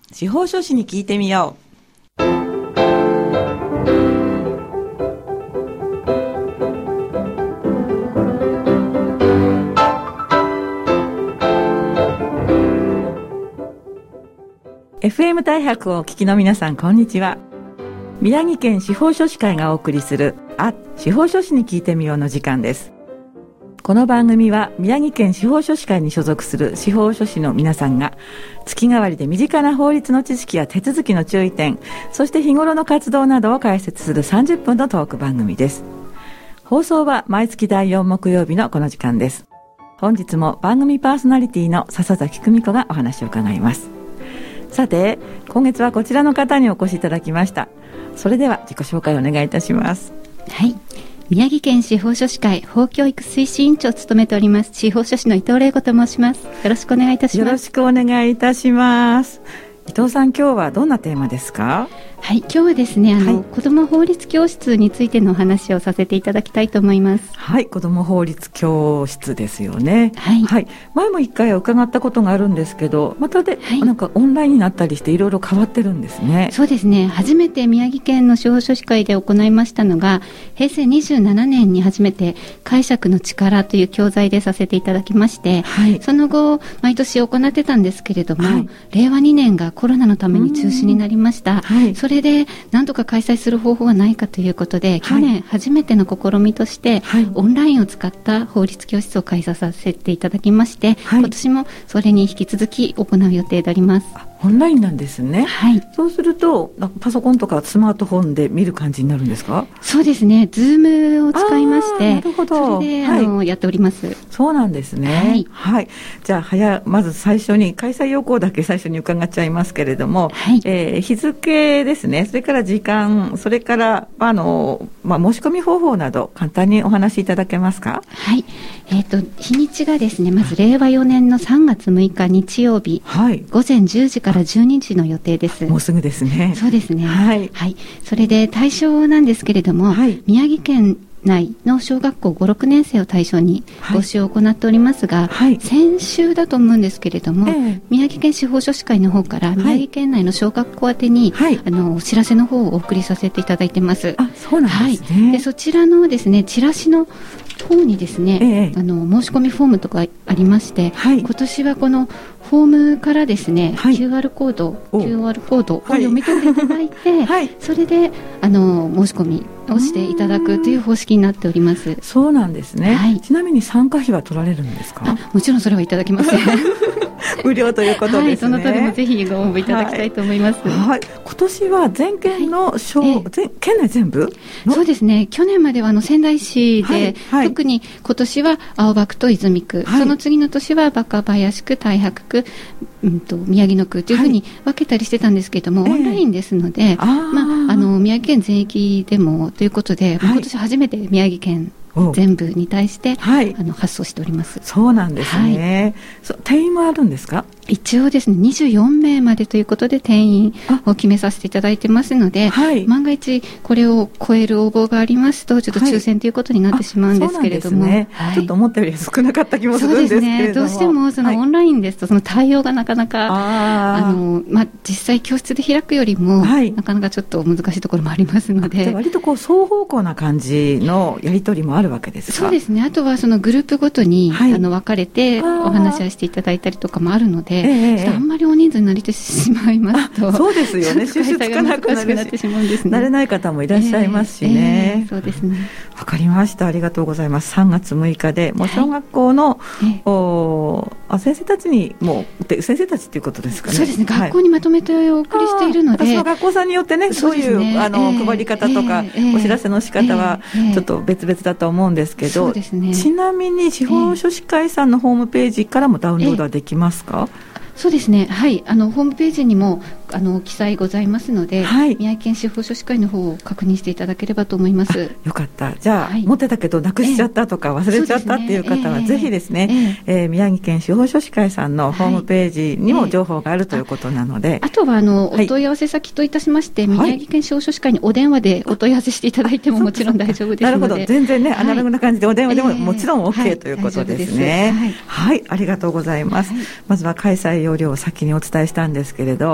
司法書士に聞いてみよう。FM 大白をお聞きの皆さん、こんにちは。宮城県司法書士会がお送りする司法書士に聞いてみようの時間です。この番組は宮城県司法書士会に所属する司法書士の皆さんが月替わりで身近な法律の知識や手続きの注意点、そして日頃の活動などを解説する30分のトーク番組です。放送は毎月第4木曜日のこの時間です。本日も番組パーソナリティの笹崎久美子がお話を伺います。さて、今月はこちらの方にお越しいただきました。それでは自己紹介をお願いいたします。 はい、宮城県司法書士会法教育推進委員長を務めております司法書士の伊藤玲子と申します。よろしくお願いいたします。 よろしくお願いいたします。伊藤さん、今日はどんなテーマですか？ はい、今日はですね、子ども法律教室についてのお話をさせていただきたいと思います。 はい、子ども法律教室ですよね。 はい、 はい、前も一回伺ったことがあるんですけど、またなんかオンラインになったりしていろいろ変わってるんですね。 そうですね、初めて宮城県の司法書士会で行いましたのが平成27年に初めて解釈の力という教材でさせていただきまして、はい、その後毎年行ってたんですけれども、はい、令和2年がコロナのために中止になりました。はい、それで何とか開催する方法はないかということで、去年初めての試みとして、はい、オンラインを使った法律教室を開催させていただきまして、はい、今年もそれに引き続き行う予定であります。 オンラインなんですね。 はい、 そうするとパソコンとかスマートフォンで見る感じになるんですか？ そうですね、ズームを使いまして、 なるほど、 それで、 はい、 やっております。 そうなんですね。はい、はい、じゃあまず最初に開催要項だけ最初に伺っちゃいますけれども、はい、日付ですね、それから時間、それから申し込み方法など簡単にお話しいただけますか？ はい、日にちがですね、まず令和4年の3月6日日曜日、はい、午前10時から12時の予定です。 もうすぐですね。 そうですね。 はい、はい、 それで対象なんですけれども、はい、宮城県内の小学校5、6年生を対象に募集を行っておりますが、はい、先週だと思うんですけれども、宮城県司法書士会の方から宮城県内の小学校宛てに、はい、お知らせの方をお送りさせていただいてます。 あ、そうなんですね。 はい、でそちらのですね、チラシの方にですね、申し込みフォームとかありまして、はい、今年はこのフォームからですね、はい、QR コードを読み取っていただいて、はい、それで申し込みをしていただくという方式になっております。 そうなんですね。はい、ちなみに参加費は取られるんですか？ もちろんそれはいただきます。 無料ということですね。はい、 その他でもぜひご応募いただきたいと思います。 はいはい、今年は全県の県内全部？ そうですね、去年までは仙台市で、はいはい、特に今年は青葉区と泉区、はい、その次の年は若林区、太白区、宮城野区というふうに分けたりしてたんですけれども、オンラインですので、宮城県全域でもということで、今年初めて宮城県全部に対して、はい、発送しております。 そうなんですね。はい、定員もあるんですか？ 一応ですね、24名までということで定員を決めさせていただいてますので、はい、万が一これを超える応募がありますとちょっと抽選ということになってしまうんですけれども、はい、 ちょっと思ったより少なかった気もするんですけれども、そうですね、 どうしてもオンラインですとその対応がなかなか実際教室で開くよりも、はい、なかなかちょっと難しいところもありますので、 割と双方向な感じのやり取りもあるわけですか？ そうですね、あとはそのグループごとに、はい、分かれてお話ししていただいたりとかもあるので、あんまり大人数になりてしまいますと、 そうですよね、収集つかなくなるし、慣れない方もいらっしゃいますしね。 そうですね。 わかりました、ありがとうございます。3月6日でもう小学校の、先生たちに先生たちということですかね。 そうですね、学校にまとめてお送りしているので、 その学校さんによってね、そういう配り方とか、お知らせの仕方はちょっと別々だと思うんですけど、ちなみに司法書士会さんのホームページからもダウンロードはできますか？ そうですね、はい、ホームページにも記載ございますので、はい、宮城県司法書士会の方を確認していただければと思います。 よかった。じゃあ、持ってたけどなくしちゃったとか忘れちゃったっていう方は、ぜひですね、宮城県司法書士会さんのホームページにも情報があるということなので、 あとはお問い合わせ先といたしまして、宮城県司法書士会にお電話でお問い合わせしていただいてももちろん大丈夫ですので。なるほど、 全然ね、アナログな感じでお電話でももちろん OK ということですね。はい、ありがとうございます。まずは開催要領を先にお伝えしたんですけれど、次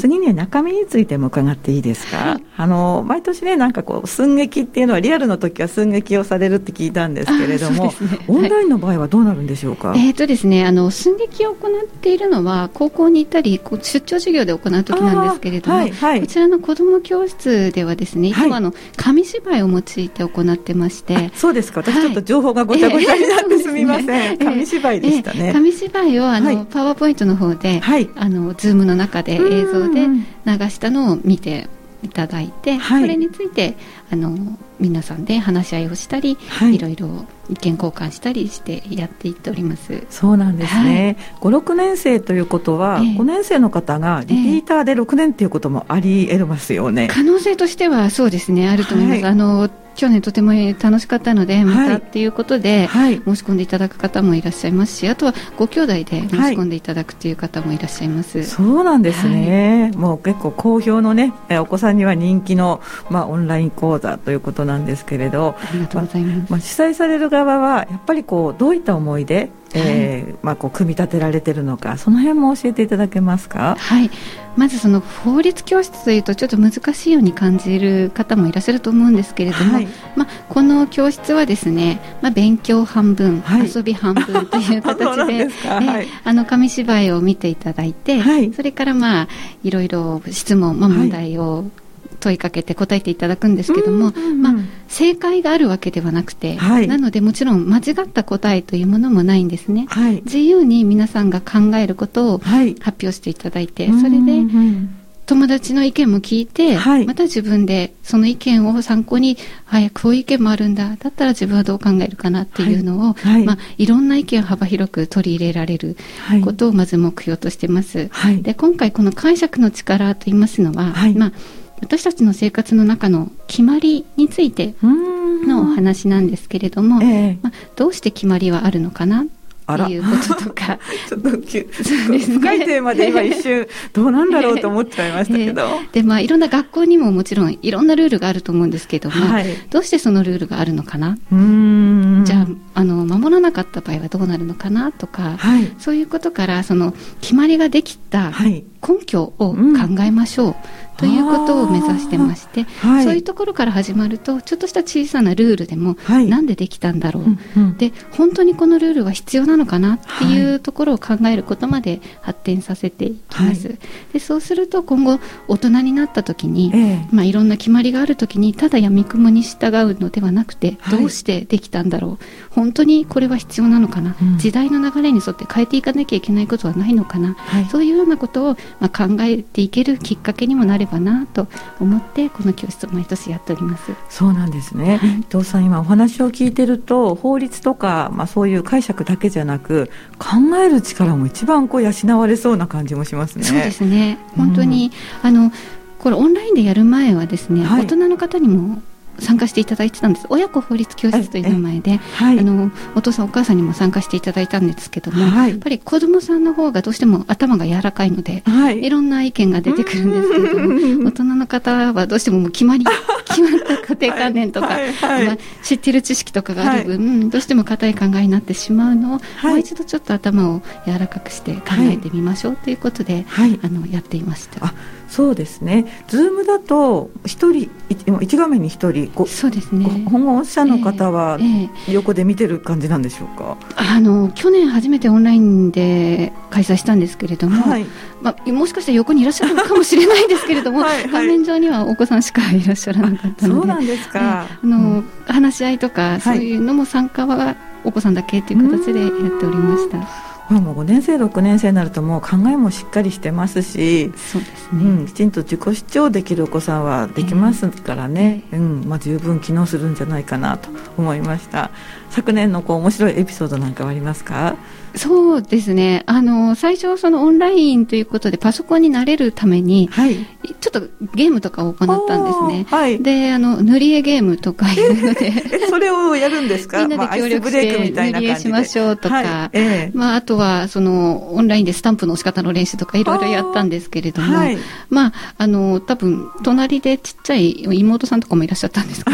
次に中身についても伺っていいですか？はい、毎年ね、なんかこう寸劇っていうのはリアルの時は寸劇をされるって聞いたんですけれども、ね、オンラインの場合はどうなるんでしょうか？ ですね、寸劇を行っているのは高校に行ったり出張授業で行う時なんですけれども、はいはい、こちらの子ども教室ではですね、いつも紙芝居を用いて行ってまして、 そうですか。私ちょっと情報がごちゃごちゃになってすみません。紙芝居でしたね。 紙芝居をパワーポイントの方で、ズームの中で映像で流したのを見ていただいて、それについて皆さんで話し合いをしたり、いろいろ意見交換したりしてやっていっております。 そうなんですね。5、6年生ということは、5年生の方がリピーターで6年ということもあり得ますよね。 可能性としてはそうですね、あると思います。去年とても楽しかったのでまたっていうことで申し込んでいただく方もいらっしゃいますし、あとはご兄弟で申し込んでいただくという方もいらっしゃいます。 そうなんですね。もう結構好評のね、お子さんには人気の、オンライン講座ということなんですけれど、 ありがとうございます。 主催される側はやっぱりこうどういった思いでこう組み立てられているのか、その辺も教えていただけますか？ はい、まずその法律教室というとちょっと難しいように感じる方もいらっしゃると思うんですけれども、この教室はですね、勉強半分、遊び半分という形で紙芝居を見ていただいて、それからいろいろ質問、問題を問いかけて答えていただくんですけども、正解があるわけではなくて、なのでもちろん間違った答えというものもないんですね。自由に皆さんが考えることを発表していただいて、それで友達の意見も聞いて、また自分でその意見を参考に、こういう意見もあるんだ、だったら自分はどう考えるかなっていうのを、いろんな意見を幅広く取り入れられることをまず目標としてます。で、今回この解釈の力といいますのは、私たちの生活の中の決まりについてのお話なんですけれども、どうして決まりはあるのかなっていうこととかちょっと深いテーマで今一瞬どうなんだろうと思っちゃいましたけど、 でいろんな学校にももちろんいろんなルールがあると思うんですけども、どうしてそのルールがあるのかな、じゃあ守らなかった場合はどうなるのかなとか、そういうことからその決まりができた根拠を考えましょうということを目指してまして、そういうところから始まるとちょっとした小さなルールでも、なんでできたんだろう、で本当にこのルールは必要なのかなっていうところを考えることまで発展させていきます。でそうすると今後大人になった時に、いろんな決まりがある時にただ闇雲に従うのではなくて、どうしてできたんだろう、本当にこれは必要なのかな、時代の流れに沿って変えていかなきゃいけないことはないのかな、そういうようなことを考えていけるきっかけにもなればなと思ってこの教室を毎年やっております。 そうなんですね。伊藤さん、今お話を聞いてると法律とか、そういう解釈だけじゃなく考える力も一番養われそうな感じもしますね。 そうですね、本当にこれオンラインでやる前はですね、大人の方にも参加していただいてたんです。親子法律教室という名前で、お父さんお母さんにも参加していただいたんですけども、やっぱり子どもさんの方がどうしても頭が柔らかいので、いろんな意見が出てくるんですけれども、大人の方はどうしても決まった家庭観念とか、知っている知識とかがある分、どうしても固い考えになってしまうのを、もう一度ちょっと頭を柔らかくして考えてみましょうということで、やっていました。 そうですね。ズームだと1画面に1人そうですね、 保護者の方は横で見てる感じなんでしょうか？ 去年初めてオンラインで開催したんですけれども、もしかしたら横にいらっしゃるのかもしれないですけれども、画面上にはお子さんしかいらっしゃらなかったので、 そうなんですか。 話し合いとか、そういうのも参加はお子さんだけという形でやっておりました。 もう5年生6年生になるともう考えもしっかりしてますし、 そうですね、 きちんと自己主張できるお子さんはできますからね、十分機能するんじゃないかなと思いました。昨年の面白いエピソードなんかはありますか？ そうですね、最初そのオンラインということでパソコンに慣れるために、ちょっとゲームとかを行ったんですね。で塗り絵ゲームとかいうのでそれをやるんですか？ みんなで協力して塗り絵しましょうとか、あとはそのオンラインでスタンプの押し方の練習とかいろいろやったんですけれども、多分隣でちっちゃい妹さんとかもいらっしゃったんですけど、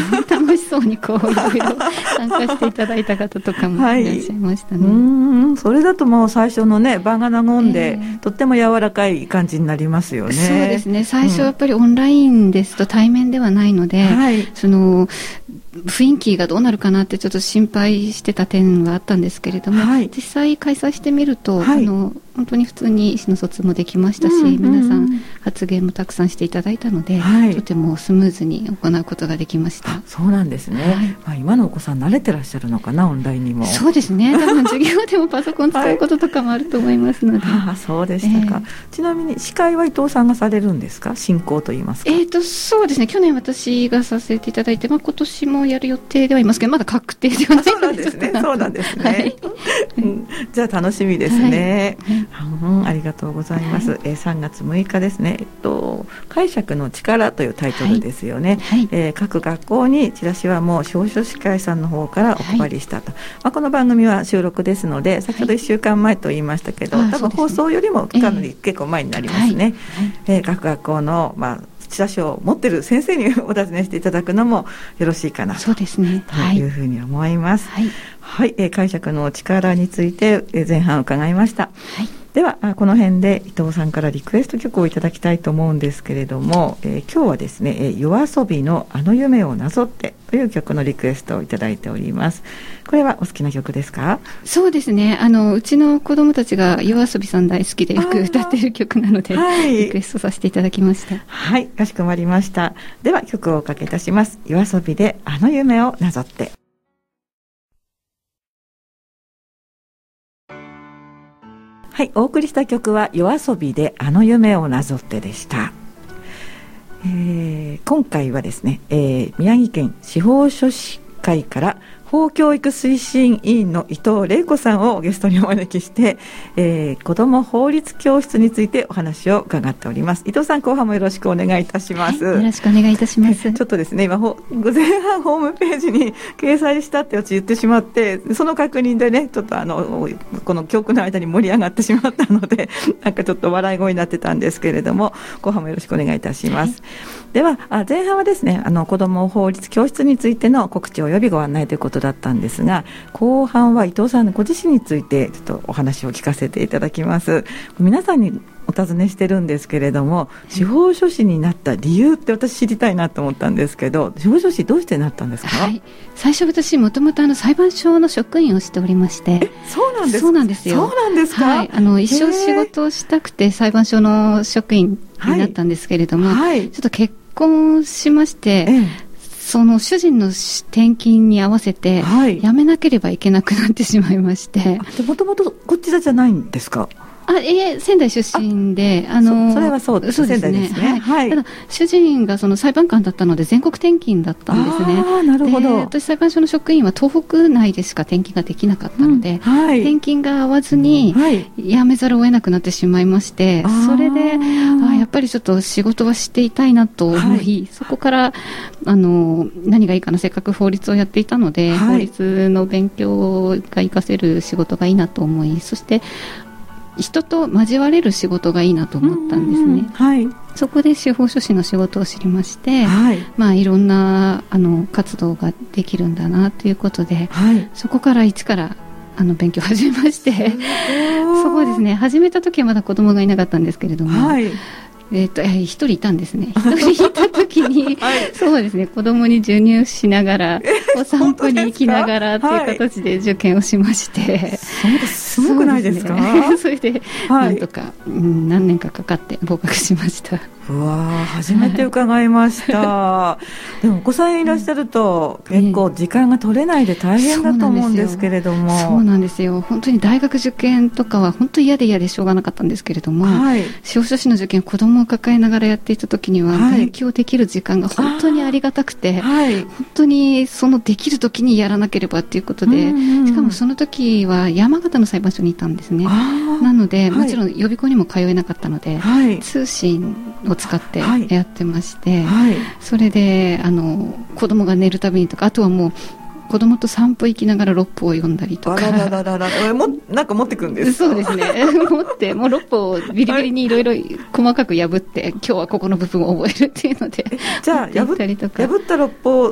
楽しそうにこういろいろ参加していただいた方とかもいらっしゃいましたね。 それだともう最初のね場が和んで、とっても柔らかい感じになりますよね。 そうですね。最初やっぱりオンラインですと対面ではないので、その雰囲気がどうなるかなってちょっと心配してた点はあったんですけれども、実際開催してみると、本当に普通に意思の疎通もできましたし、皆さん発言もたくさんしていただいたので、とてもスムーズに行うことができました。 そうなんですね。今のお子さん慣れてらっしゃるのかな、オンラインにも。 そうですね。多分授業でもパソコン使うこととかもあると思いますので。 そうでしたか。ちなみに司会は伊藤さんがされるんですか、進行といいますか。 そうですね。去年私がさせていただいて、今年もやる予定ではいますけど、まだ確定ではないので。 そうなんですね。そうなんですね。じゃあ楽しみですね。ありがとうございます。3月6日ですね。解釈の力というタイトルですよね。各学校にチラシはもう司法書士会さんの方からお配りしたと。この番組は収録ですので、先ほど1週間前と言いましたけど、多分放送よりもかなり結構前になりますね。各学校のチラシを持っている先生にお尋ねしていただくのもよろしいかなというふうに思います。解釈の力について前半伺いました。ではこの辺で伊藤さんからリクエスト曲をいただきたいと思うんですけれども、今日はですね、YOASOBIのあの夢をなぞってという曲のリクエストをいただいております。これはお好きな曲ですか？ そうですね。うちの子供たちがYOASOBIさん大好きでよく歌っている曲なので、リクエストさせていただきました。 はい、かしこまりました。では曲をおかけいたします。YOASOBIであの夢をなぞって。はい、お送りした曲はYOASOBIであの夢をなぞってでした。今回はですね、宮城県司法書士会から法教育推進委員の伊藤玲子さんをゲストにお招きして、子ども法律教室についてお話を伺っております。伊藤さん、後半もよろしくお願いいたします。 よろしくお願いいたします。 ちょっとですね、今前半ホームページに掲載したって言ってしまって、その確認でね、ちょっとこの曲の間に盛り上がってしまったので、なんかちょっと笑い声になってたんですけれども、後半もよろしくお願いいたします。では前半はですね、子ども法律教室についての告知及びご案内ということだったんですが、後半は伊藤さんのご自身についてちょっとお話を聞かせていただきます。皆さんにお尋ねしてるんですけれども、司法書士になった理由って私知りたいなと思ったんですけど、司法書士どうしてなったんですか？ 最初私もともと裁判所の職員をしておりまして。 そうなんですか？ そうなんですよ。 そうなんですか？ 一生仕事をしたくて裁判所の職員になったんですけれども、ちょっと結婚しまして、その主人の転勤に合わせて辞めなければいけなくなってしまいまして。 もともとこっちじゃないんですか？ 仙台出身で、 それはそうですね。仙台ですね。 ただ主人がその裁判官だったので全国転勤だったんですね。 なるほど。 私裁判所の職員は東北内でしか転勤ができなかったので、転勤が合わずに辞めざるを得なくなってしまいまして、それでやっぱりちょっと仕事はしていたいなと思い、そこから何がいいかな、せっかく法律をやっていたので、法律の勉強が活かせる仕事がいいなと思い、そして人と交われる仕事がいいなと思ったんですね。そこで司法書士の仕事を知りまして、いろんな活動ができるんだなということで、そこから一から勉強を始めまして、そうですね、始めた時はまだ子供がいなかったんですけれども、一人いたんですね。一人いた時に、そうですね、子供に授乳しながらお散歩に行きながらという形で受験をしまして、 すごくないですか？ それでなんとか何年かかかって合格しました。 初めて伺いましたでもお子さんいらっしゃると結構時間が取れないで大変だと思うんですけれども。 そうなんですよ。本当に大学受験とかは本当に嫌でしょうがなかったんですけれども、司法書士の受験、子供を抱えながらやっていた時には、勉強できる時間が本当にありがたくて、本当にそのできる時にやらなければということで、しかもその時は山形の裁判所にいたんですね。なのでもちろん予備校にも通えなかったので、通信を使ってやってまして、それで子供が寝るたびにとか、あとはもう子供と散歩行きながら六法を読んだりとか。 なんか持ってくんですか？ そうですね。持ってもう六法をビリビリにいろいろ細かく破って、今日はここの部分を覚えるっていうのでじゃあ破った六法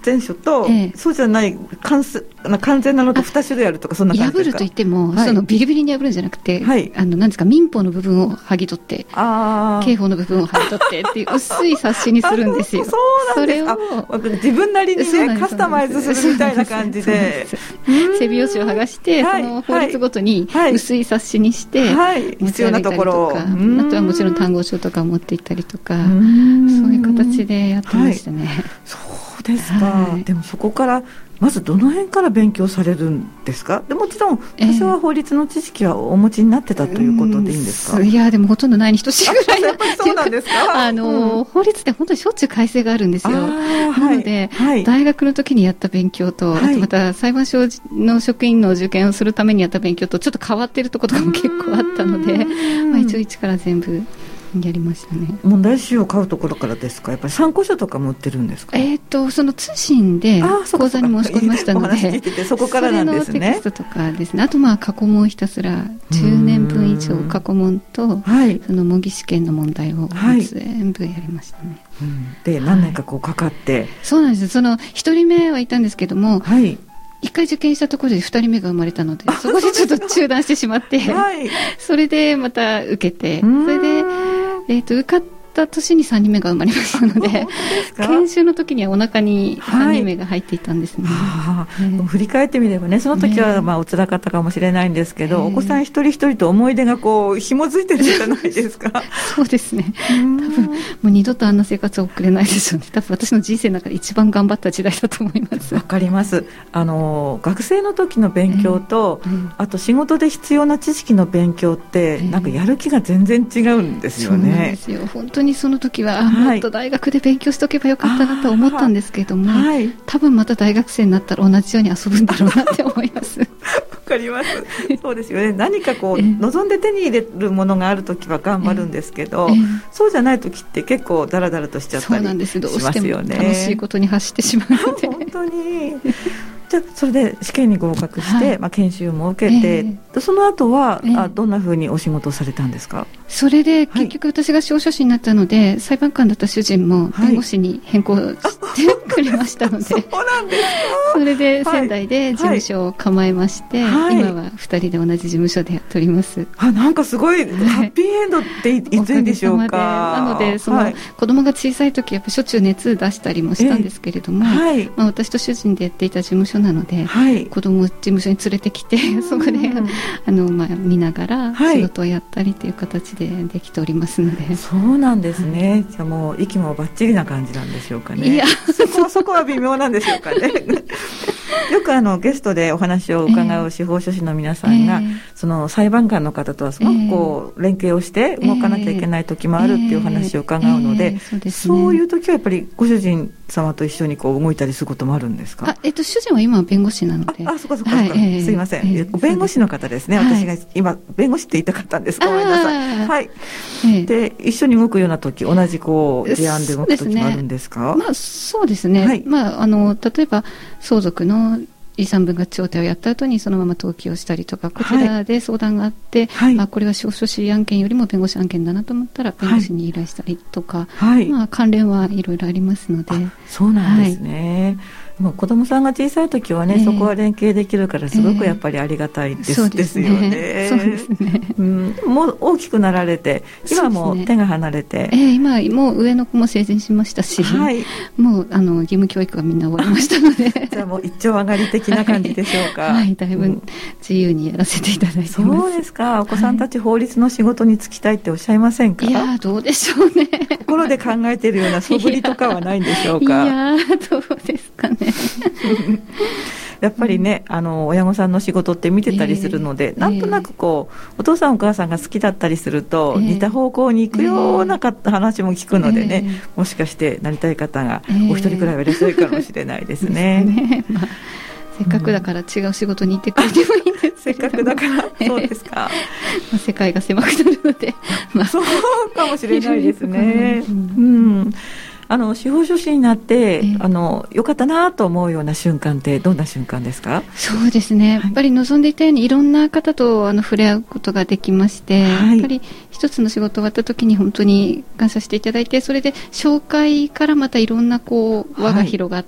全書と、そうじゃない完全なのと2種類あるとか、そんな感じですか？ 破るといっても、そのビリビリに破るんじゃなくて、何ですか、民法の部分を剥ぎ取って、刑法の部分を剥ぎ取ってっていう薄い冊子にするんですよ。 そうなんです。それを自分なりにね、カスタマイズするみたいな感じで、 背表紙を剥がして、その法律ごとに薄い冊子にして、 必要なところを、 あとはもちろん単語書とか持っていったりとか、そういう形でやってましたね。 そうですか。でもそこからまずどの辺から勉強されるんですか？でもちろん多少は法律の知識はお持ちになってたということでいいんですか？ いやでもほとんどないに等しいぐらいそうなんですか？ 法律って本当にしょっちゅう改正があるんですよ。なので、大学の時にやった勉強と、あとまた裁判所の職員の受験をするためにやった勉強とちょっと変わっているところとかも結構あったので、一応一から全部やりましたね。 問題集を買うところからですか？やっぱり参考書とかも売ってるんですか？ その通信で講座に申し込みましたので、 そこからなんですね。 それのテキストとかですね。あと過去問ひたすら10年分以上過去問と、その模擬試験の問題を全部やりましたね。 で何年かかかって、 そうなんです。その1人目はいたんですけども、1回受験したところで2人目が生まれたので、そこでちょっと中断してしまって、それでまた受けて、それで受かった年に3人目が生まれましたので、研修の時にはお腹に3人目が入っていたんですね。 振り返ってみればね、その時はお辛かったかもしれないんですけど、お子さん一人一人と思い出が紐づいてるじゃないですか。 そうですね。多分もう二度とあんな生活は送れないですよね。多分私の人生の中で一番頑張った時代だと思います。 わかります。学生の時の勉強と、あと仕事で必要な知識の勉強って、なんかやる気が全然違うんですよね。 そうなんですよ。本当にその時は、もっと大学で勉強しとけばよかったなと思ったんですけれども、多分また大学生になったら同じように遊ぶんだろうなって思います。 わかります。そうですよね。何か望んで手に入れるものがある時は頑張るんですけど、そうじゃない時って結構ダラダラとしちゃったりしますよね。そうなんです。どうしても楽しいことに走ってしまうので。 本当に。じゃあそれで試験に合格して、研修も受けて、その後は、どんなふうにお仕事をされたんですか？ それで結局私が司法書士になったので、裁判官だった主人も弁護士に変更してくれましたので、 そうなんですか？ それで仙台で事務所を構えまして、今は2人で同じ事務所でやっております。 なんかすごいハッピーエンドって言っていいんでしょうか？ なので子供が小さい時やっぱしょっちゅう熱出したりもしたんですけれども、私と主人でやっていた事務所なので、子供を事務所に連れてきて、そこで見ながら仕事をやったりという形でできておりますので。 そうなんですね。じゃあもう息もバッチリな感じなんでしょうかね。いやそこは微妙なんでしょうかね。よくゲストでお話を伺う司法書士の皆さんが、その裁判官の方とはすごく連携をして動かなきゃいけない時もあるっていう話を伺うので、そういう時はやっぱりご主人様と一緒に動いたりすることもあるんですか？ 主人は今は弁護士なので。 そうかすいません、弁護士の方ですね。私が今弁護士って言いたかったんです。ごめんなさい。で一緒に動くような時、同じ事案で動く時もあるんですか？ そうですね。例えば相続の遺産分割調停をやった後にそのまま登記をしたりとか、こちらで相談があって、これは司法書士案件よりも弁護士案件だなと思ったら弁護士に依頼したりとか、関連はいろいろありますので。 そうなんですね。もう子供さんが小さい時はね、そこは連携できるからすごくやっぱりありがたいですよね。 そうですね。 もう大きくなられて、今も手が離れて、 今もう上の子も成人しましたし、もう義務教育がみんな終わりましたので、 じゃあもう一丁上がり的な感じでしょうか？ だいぶ自由にやらせていただいてます。 そうですか。お子さんたち法律の仕事に就きたいっておっしゃいませんか？ いやどうでしょうね。 心で考えているような素振りとかはないんでしょうか？ いやどうですかね。 やっぱりね、親御さんの仕事って見てたりするので、なんとなくお父さんお母さんが好きだったりすると、似た方向に行くような話も聞くのでね、もしかしてなりたい方がお一人くらいはいらっしゃるかもしれないですね。 せっかくだから違う仕事に行ってくれてもいいんですけど、せっかくだからそうですか。 世界が狭くなるので、 そうかもしれないですね。司法書士になって、よかったなと思うような瞬間ってどんな瞬間ですか？ そうですね、やっぱり望んでいたようにいろんな方と触れ合うことができまして、やっぱり一つの仕事終わった時に本当に感謝していただいて、それで紹介からまたいろんな輪が広がって、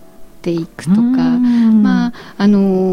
っていくとか、まあ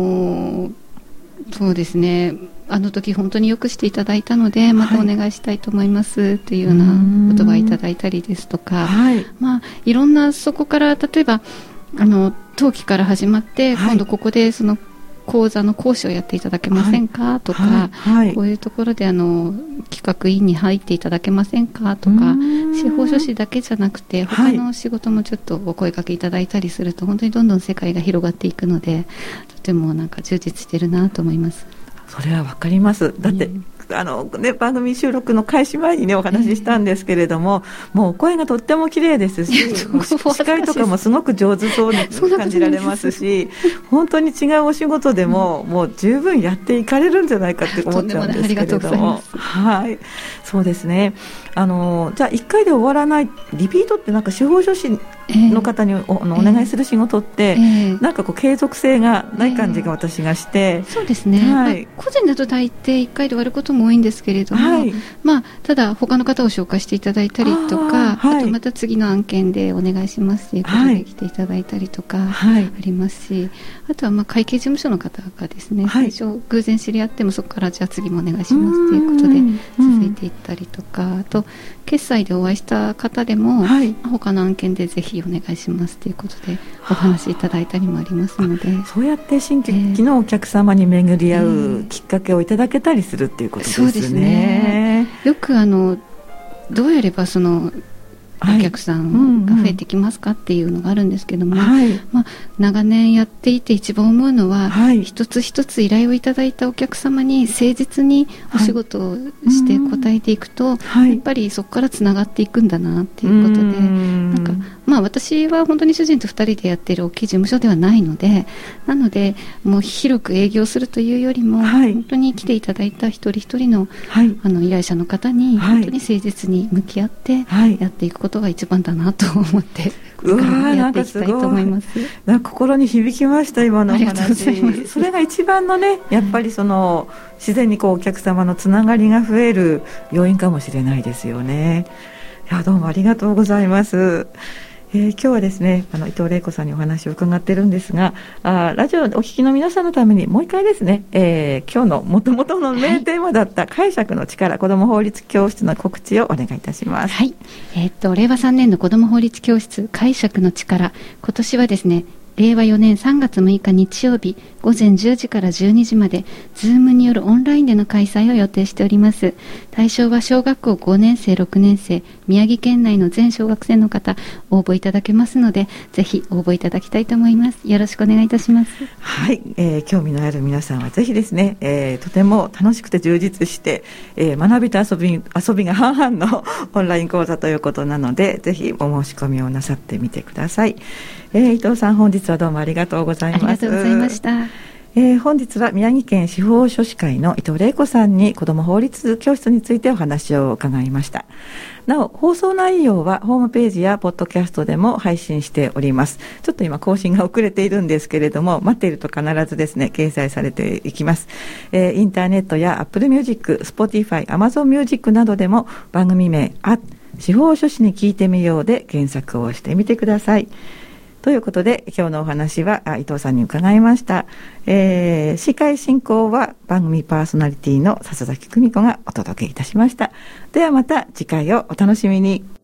そうですね、あの時本当によくしていただいたのでまたお願いしたいと思いますというような言葉をいただいたりですとか、まあ、いろんなそこから例えば冬季から始まって、今度ここでその講座の講師をやっていただけませんかとか、こういうところで企画委員に入っていただけませんかとか、司法書士だけじゃなくて他の仕事もちょっとお声かけいただいたりすると、本当にどんどん世界が広がっていくので、とてもなんか充実してるなと思います。 それはわかります。だって、番組収録の開始前にねお話ししたんですけれども、もう声がとっても綺麗ですし、司会とかもすごく上手そうに感じられますし、本当に違うお仕事でも、もう十分やっていかれるんじゃないかって思っちゃうんですけれども、はい、そうですね。じゃあ1回で終わらないリピートって、なんか司法書士の方にお願いする仕事って、なんかこう継続性がない感じが私がして、 そうですね、個人だと大抵1回で終わることも多いんですけれども、まあ、ただ他の方を紹介していただいたりとか、あとまた次の案件でお願いしますということで来ていただいたりとかありますし、あとはまあ会計事務所の方がですね、最初偶然知り合ってもそこからじゃあ次もお願いしますということで続いていったりとか、あと決済でお会いした方でも、他の案件でぜひお願いしますということでお話いただいたりもありますので、 そうやって新規のお客様に巡り合うきっかけをいただけたりするっていうことですね。 そうですね。よくどうやればそのお客さんが増えてきますかっていうのがあるんですけども、まあ、長年やっていて一番思うのは、一つ一つ依頼をいただいたお客様に誠実にお仕事をして答えていくと、やっぱりそこからつながっていくんだなっていうことで、なんかまあ、私は本当に主人と2人でやっている大きい事務所ではないので、なのでもう広く営業するというよりも、本当に来ていただいた一人一人の、依頼者の方に本当に誠実に向き合ってやっていくことが一番だなと思って、やっていきたいと思います。 なんか心に響きました、今のお話。それが一番のね、やっぱりその自然にこうお客様のつながりが増える要因かもしれないですよね。いや、どうもありがとうございます。今日はですね、伊藤玲子さんにお話を伺っているんですが、ラジオでお聞きの皆さんのためにもう一回ですね、今日の元々のメインテーマだった解釈の力、子ども法律教室の告知をお願いいたします。 令和3年の子ども法律教室解釈の力、今年はですね、令和4年3月6日日曜日午前10時から12時まで Zoom によるオンラインでの開催を予定しております。対象は小学校5年生6年生、宮城県内の全小学生の方応募いただけますので、ぜひ応募いただきたいと思います。よろしくお願いいたします。 はい、興味のある皆さんはぜひですね、とても楽しくて充実して、学びと遊びが半々のオンライン講座ということなので、ぜひお申し込みをなさってみてください。伊藤さん、本日はどうもありがとうございます。 ありがとうございました。 本日は宮城県司法書士会の伊藤玲子さんに子ども法律教室についてお話を伺いました。なお、放送内容はホームページやポッドキャストでも配信しております。ちょっと今更新が遅れているんですけれども、待っていると必ずですね、掲載されていきます。インターネットや Apple Music、Spotify、Amazon Music などでも番組名司法書士に聞いてみようで検索をしてみてください。ということで、今日のお話は伊藤さんに伺いました。司会進行は番組パーソナリティの笹崎久美子がお届けいたしました。ではまた次回をお楽しみに。